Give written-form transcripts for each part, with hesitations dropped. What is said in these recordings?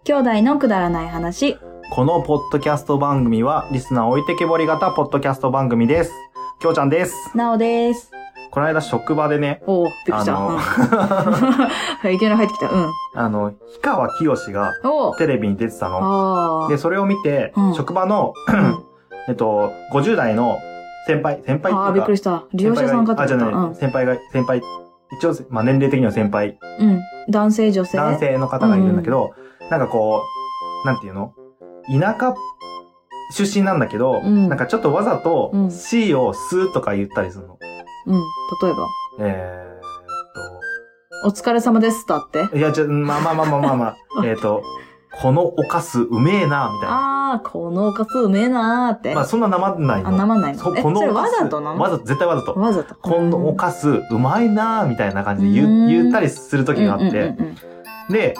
兄弟のくだらない話。 このポッドキャスト番組はリスナー置いてけぼり型ポッドキャスト番組です。きょうちゃんです。 なおです。 この間職場でね。 おー、びっくりした。はい、いきなり入ってきた。うん。 氷川きよしがテレビに出てたの。で、それを見て、職場の、50代の先輩っていうか。 びっくりした。利用者さんかと思った。 じゃない、先輩、一応、年齢的には先輩。 うん。男性、女性。 男性の方がいるんだけど、なんかこう、なんていうの？田舎出身なんだけど、なんかちょっとわざと C をスとか言ったりするの。 うん。例えばお疲れ様ですだって。 いや、まあ。このおかすうめえな、みたいな。 このおかすうめえなーって。 まあ、そんななまんないの。 なまんないの。 このおかす。 わざとなの？ 絶対わざと。 わざと。 このおかすうまいなー、みたいな感じで言ったりする時があって。で、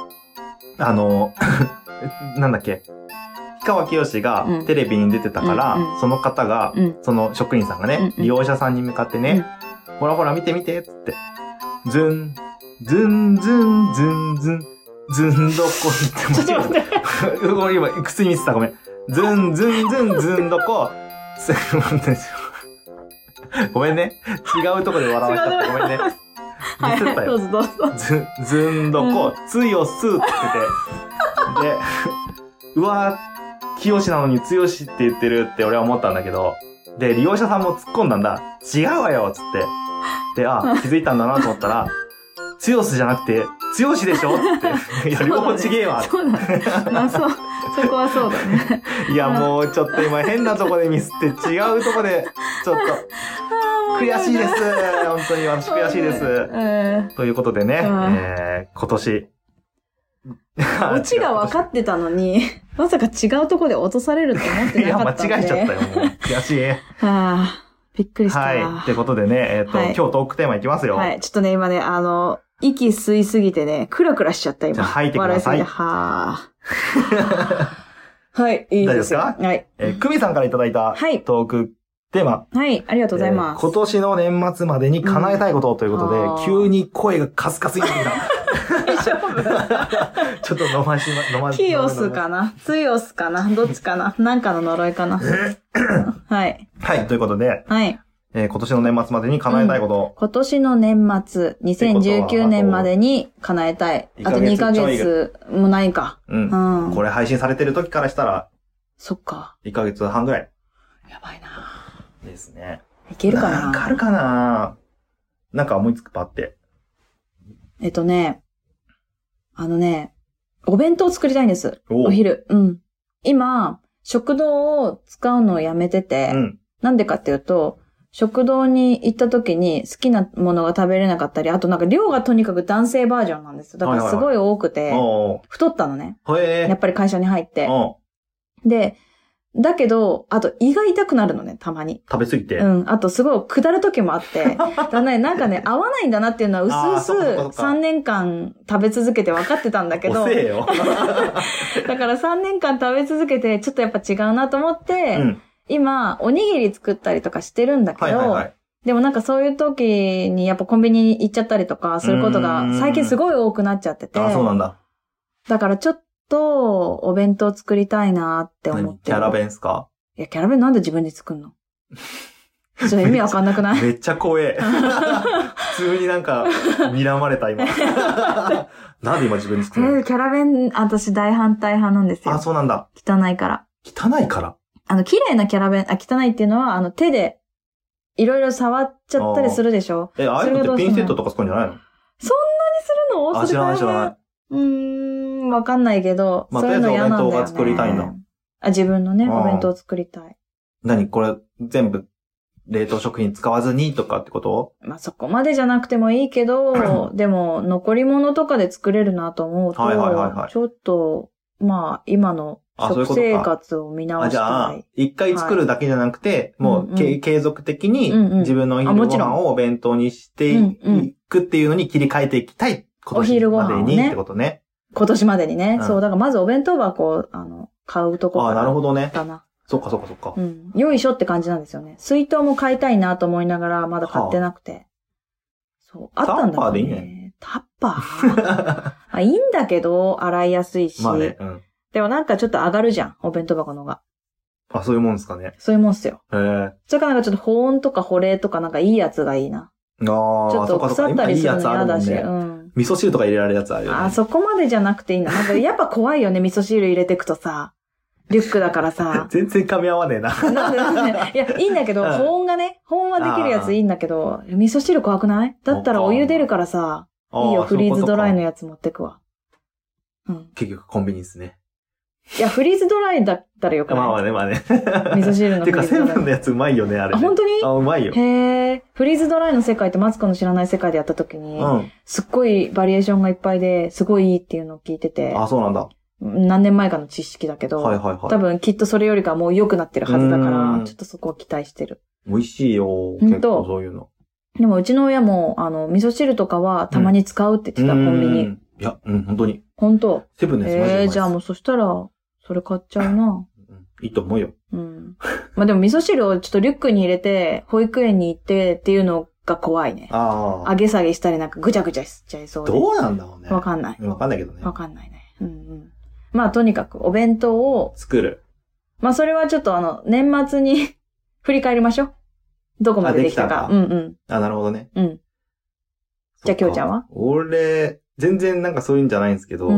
なんだっけ。氷川きよしがテレビに出てたから、その方が、その職員さんがね、利用者さんに向かってね、ほらほら見て見て、つって。ズンどこってちょっと待って。 俺今、口に見てた、ごめん。ズンどこ。ごめんね。違うとこで笑わしちゃった。ごめんね。見せたよ。 どうぞ。 ズンどこ、つよすって言ってて。で、うわー、きよしなのにつよしって言ってるって俺は思ったんだけど。で、利用者さんも突っ込んだんだ。違うわよつって。で、気づいたんだなと思ったら、つよすじゃなくて、つよしでしょって。いや、両方違えわ。 そうだね。そこはそうだね。 いや、もうちょっと今変なとこでミスって違うとこで、ちょっと、悔しいです。本当に私悔しいです。ということでね、今年。 オチが分かってたのに、まさか違うとこで落とされると思ってなかったんで。 いや、間違えちゃったよ、もう。悔しい。 びっくりした。 はい。ってことでね、今日トークテーマいきますよ。 はい。ちょっとね、今ね、息吸いすぎてね、クラクラしちゃった、今。 じゃあ吐いてください。 はい、いいですか？はい。 久美さんからいただいたトークテーマ。 はい、ありがとうございます。 今年の年末までに叶えたいことということで、急に声がカスカスになってきた。ちょっと飲まし。 キヨスかな？ツヨスかな？どっちかな？なんかの呪いかな？はい。 はい、ということで。 はい。 今年の年末までに叶えたいこと。 今年の年末、2019年までに叶えたい。あと2ヶ月もないか。 これ配信されてる時からしたら。 そっか。 1ヶ月半ぐらい。 やばいなですね。 いけるかな？ なんかあるかな？なんか思いつくパって。 お弁当を作りたいんです。お昼。今、食堂を使うのをやめてて、なんでかっていうと、食堂に行った時に好きなものが食べれなかったり、あとなんか量がとにかく男性バージョンなんですよ。だからすごい多くて、太ったのね。やっぱり会社に入って。で、だけど、あと胃が痛くなるのね、たまに。 食べ過ぎて。 あとすごい下る時もあって、なんかね、合わないんだなっていうのは薄々3年間食べ続けて分かってたんだけど。 遅えよ。 だから3年間食べ続けて、ちょっとやっぱ違うなと思って、今、おにぎり作ったりとかしてるんだけど、でもなんかそういう時にやっぱコンビニに行っちゃったりとかすることが最近すごい多くなっちゃってて。 そうなんだ。 だからちょっとお弁当作りたいなって思って。 キャラ弁っすか？ いや、キャラ弁なんで自分で作んの？ちょっと意味わかんなくない？ めっちゃ怖え。普通になんか、睨まれた今。なんで今自分で作るの？ キャラ弁、私大反対派なんですよ。 そうなんだ。 汚いから。 汚いから？ 綺麗なキャラ弁、汚いっていうのは、手で、いろいろ触っちゃったりするでしょ？ ああいうのってピンセットとか使うんじゃないの？ そんなにするの？ 知らない。 わかんないけど、そういうの嫌なんだよね。お弁当が作りたいんだ。 自分のね、お弁当を作りたい。 何これ、全部、冷凍食品使わずにとかってこと？ そこまでじゃなくてもいいけど、でも、残り物とかで作れるなと思うと、ちょっと、今の、食生活を見直したい。 じゃあ、一回作るだけじゃなくて、もう、継続的に自分のお昼ご飯をお弁当にしていくっていうのに切り替えていきたい。今年までにってことね。 今年までにね。そう、だからまずお弁当箱を、買うとこから。 なるほどね。 だな。 そっか。 よいしょって感じなんですよね。水筒も買いたいなと思いながら、まだ買ってなくて。そう。あったんだけどね。 タッパーいいんだけど、洗いやすいし。 まあね、うん。 でもなんかちょっと上がるじゃん、お弁当箱のが。 あ、そういうもんですかね。 そういうもんっすよ。 へえ。 それからなんかちょっと保温とか保冷とかなんかいいやつがいいな。 ああ、 ちょっと腐ったりするの嫌だし。 うん。味噌汁とか入れられるやつあるよね。 あ、そこまでじゃなくていいんだ。なんかやっぱ怖いよね、味噌汁入れてくとさ。リュックだからさ。 全然噛み合わねえな。 いや、いいんだけど、保温がね、保温はできるやついいんだけど、味噌汁怖くない？だったらお湯出るからさ、いいよ、フリーズドライのやつ持ってくわ。うん。 結局コンビニですね。 いや、フリーズドライだったらよくない？ まあね、まあね。 味噌汁のフリーズドライ。 てか、セブンのやつうまいよね、あれ、ね。 あ、本当に？ あ、うまいよ。 へー。フリーズドライの世界ってマツコの知らない世界でやった時に、すっごいバリエーションがいっぱいで、すごいいいっていうのを聞いてて。 あ、そうなんだ。 何年前かの知識だけど、 はいはいはい。 多分きっとそれよりかもう良くなってるはずだから、ちょっとそこを期待してる。 美味しいよ。結構そういうの。 でもうちの親も、味噌汁とかはたまに使うって言ってた、コンビニ。 いや、本当に。 本当。 セブンのやつマジでうまいです。 じゃあもうそしたら、それ買っちゃうな。 いいと思うよ。 うん。まあでも味噌汁をちょっとリュックに入れて、保育園に行ってっていうのが怖いね。 ああ。 上げ下げしたりなんかぐちゃぐちゃしちゃいそうで。 どうなんだろうね。 わかんない。 わかんないけどね。 わかんないね。うんうん。まあとにかくお弁当を作る。 まあそれはちょっと年末に振り返りましょう。どこまでできたか。うんうん。 あ、なるほどね。 うん。じゃあきょうちゃんは？ 俺、全然なんかそういうんじゃないんですけど、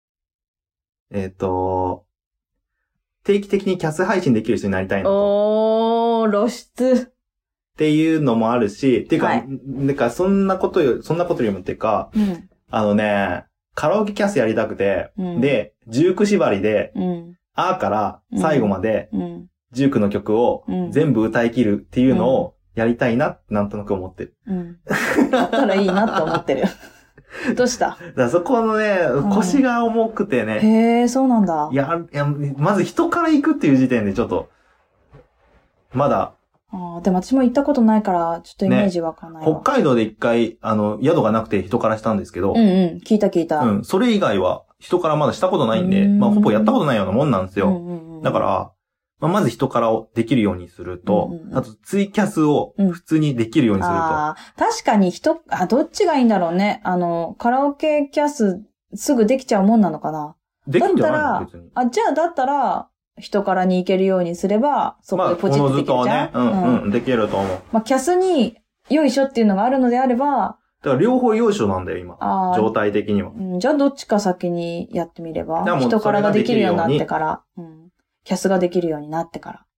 定期的にキャス配信できる人になりたいなと。 露出。 っていうのもあるし、っていうか、なんかそんなことよりもっていうか、カラオケキャスやりたくて、で、19縛りで、あーから最後まで、19の曲を全部歌い切るっていうのをやりたいなってなんとなく思ってる。 やったらいいなって思ってる。どうした？ だからそこのね、腰が重くてね。 へー、そうなんだ。 いや、まず人から行くっていう時点でちょっと、まだ。 でも私も行ったことないから、ちょっとイメージわかんないわ。 北海道で一回、宿がなくて人からしたんですけど。 聞いた。 それ以外は人からまだしたことないんで、まあほぼやったことないようなもんなんですよ。だから、まず人からできるようにすると、あとツイキャスを普通にできるようにすると。 確かにどっちがいいんだろうね。カラオケキャスすぐできちゃうもんなのかな。 できるんじゃないの別に。 じゃあだったら、人からに行けるようにすれば、そこでポチッとできるじゃん。 まあ、できると思う。 まあ、キャスによいしょっていうのがあるのであれば、 だから両方よいしょなんだよ、今。状態的には。 じゃあどっちか先にやってみれば。人からができるようになってから。キャスができるようになってから。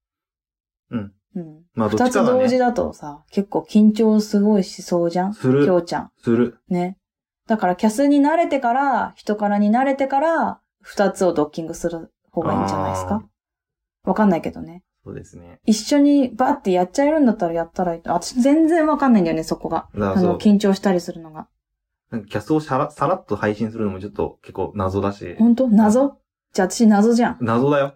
まあ、どっちかがね。二つ同時だとさ、結構緊張すごいしそうじゃん？きょうちゃん。 する。 ね。だからキャスに慣れてから、人からに慣れてから、二つをドッキングする方がいいんじゃないですか？わかんないけどね。 そうですね。 一緒にバーってやっちゃえるんだったらやったらいい。私全然わかんないんだよね、そこが。緊張したりするのが。 なんかキャスをさらっと配信するのもちょっと結構謎だし。 本当？謎？じゃあ私謎じゃん。 謎だよ。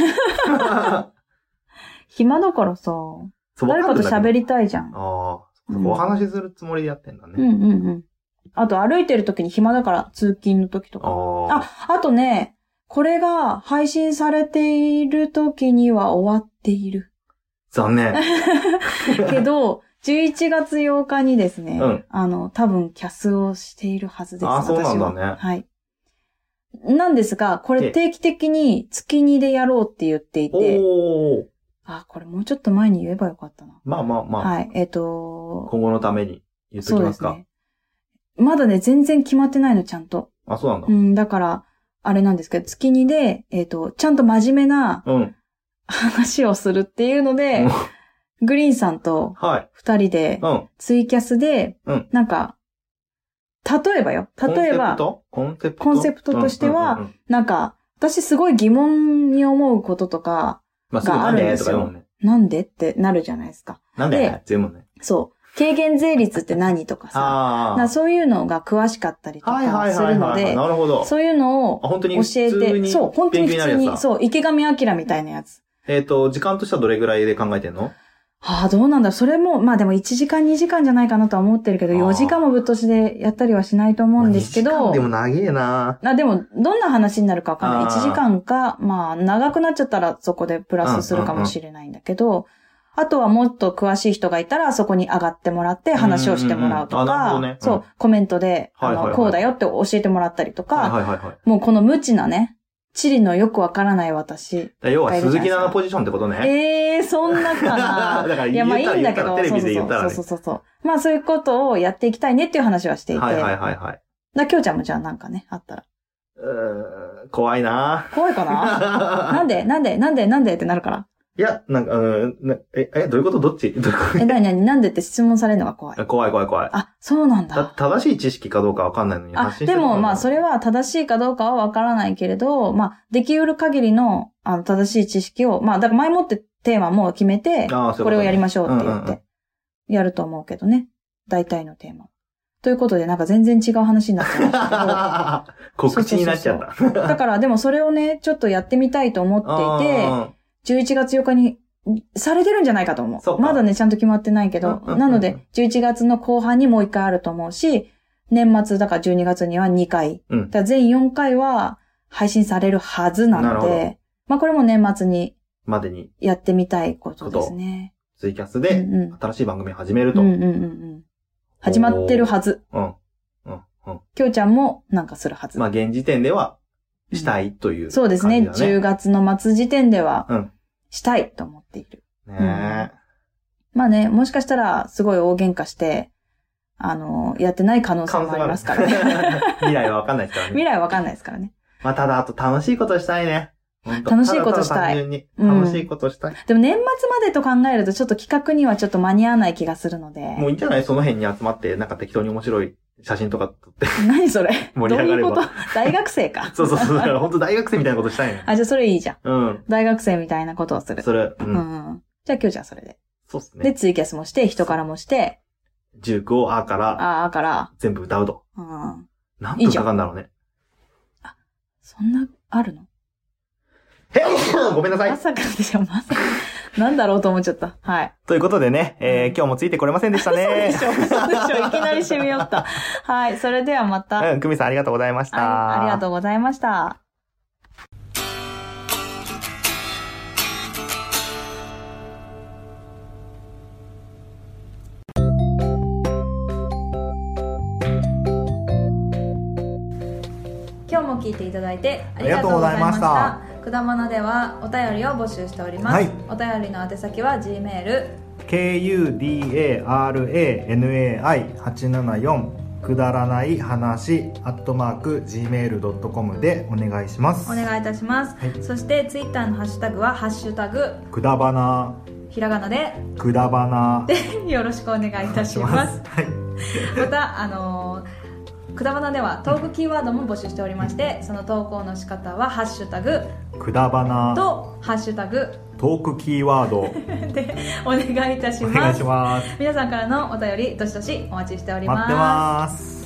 暇だからさ、誰かと喋りたいじゃん。 お話しするつもりでやってんだね。 あと歩いてる時に暇だから、通勤の時とか。あとね、これが配信されている時には終わっている。 残念。 けど、11月8日にですね、多分キャスをしているはずです。 そうなんだね。 はい。なんですが、これ定期的に月2でやろうって言っていて、これもうちょっと前に言えばよかったな。 まあ。 はい。 今後のために言っときますか。そうですね。 まだね、全然決まってないの、ちゃんと。 そうなんだ。 だから、あれなんですけど、月2で、ちゃんと真面目な話をするっていうので、グリーンさんと二人で、ツイキャスで、なんか、例えばコンセプトとしては、なんか、私すごい疑問に思うこととかがあるんですよ。なんでってなるじゃないですか。 なんで全部ね。 そう。軽減税率って何とかさ。そういうのが詳しかったりとかするので、そういうのを教えて、そう、本当に普通に、そう、池上彰みたいなやつ。 時間としてはどれぐらいで考えてんの？ どうなんだ。それも、まあでも1時間2時間じゃないかなとは思ってるけど、4時間もぶっ通しでやったりはしないと思うんですけど。2時間でも長えな。 でも、どんな話になるかわかんない。1時間か、まあ、長くなっちゃったらそこでプラスするかもしれないんだけど、 あとはもっと詳しい人がいたら、そこに上がってもらって話をしてもらうとか、 ね、 そう、コメントで、こうだよって教えてもらったりとか、もうこの無知なね、地理のよくわからない私。 要は鈴木奈のポジションってことね。 そんなかな。 だからいや、まあいいんだけど、 テレビで言ったら、ね、 そう。まあそういうことをやっていきたいねっていう話はしていて。きょうちゃんもじゃあなんかね、あったら。 怖いな。 怖いかななんでってなるから。 いや、なんか、どういうことどっちなんでって質問されるのが怖い。 怖い。 あ、そうなんだ。 正しい知識かどうかわかんないのに発信してる。 でもまあそれは正しいかどうかはわからないけれど、まあできうる限りの正しい知識を、まあだから前もってテーマも決めて、これをやりましょうって言って、やると思うけどね。大体のテーマ。ということでなんか全然違う話になっちゃいましたけど。 告知になっちゃった。 だからでもそれをね、ちょっとやってみたいと思っていて、11月8日にされてるんじゃないかと思う。まだね、ちゃんと決まってないけど。なので、11月の後半にもう1回あると思うし、年末だから12月には2回。だから全4回は配信されるはずなので、まあこれも年末にまでにやってみたいことですね。 ツイキャスで新しい番組を始めると。 始まってるはず。きょうちゃんもなんかするはず。 まあ現時点ではしたいという、 そうですね。10月の末時点ではしたいと思っている。まあね、もしかしたらすごい大喧嘩して、やってない可能性もありますからね。 未来はわかんないですからね。 未来はわかんないですからね。 まあただ、あと楽しいことしたいね。 楽しいことしたい。 楽しいことしたい。 でも年末までと考えるとちょっと企画にはちょっと間に合わない気がするので。 もういいんじゃない？その辺に集まって、なんか適当に面白い写真とか撮って。 何それ？ 盛り上がれば。 どういうこと？大学生か。 そう。だから本当大学生みたいなことしたいね。 じゃあそれいいじゃん。大学生みたいなことをする。 それ。 じゃあ今日じゃあそれで。 そうっすね。 で、ツイキャスもして、人からもして。 19をあから。全部歌うと。何分かかるんだろうね。 そんな、あるの？ ごめんなさい。 まさかでしょ、まさか。なんだろうと思っちゃった。はい。 ということでね、今日もついてこれませんでしたね。 そうでしょ。いきなり締めよった。はい。それではまた。 久美さんありがとうございました。 ありがとうございました。今日も聞いていただいてありがとうございました。くだまなではお便りを募集しております。お便りの宛先は G メール kudaranai874 くだらない話@gmail.com でお願いします。 お願いいたします。そしてツイッターのハッシュタグはハッシュタグくだばな、 ひらがなでくだばなでよろしくお願いいたします。またくだばなではトークキーワードも募集しておりまして、その投稿の仕方はハッシュタグくだばなとハッシュタグトークキーワードでお願いいたします。 お願いします。 皆さんからのお便りどしどしお待ちしております。 待ってます。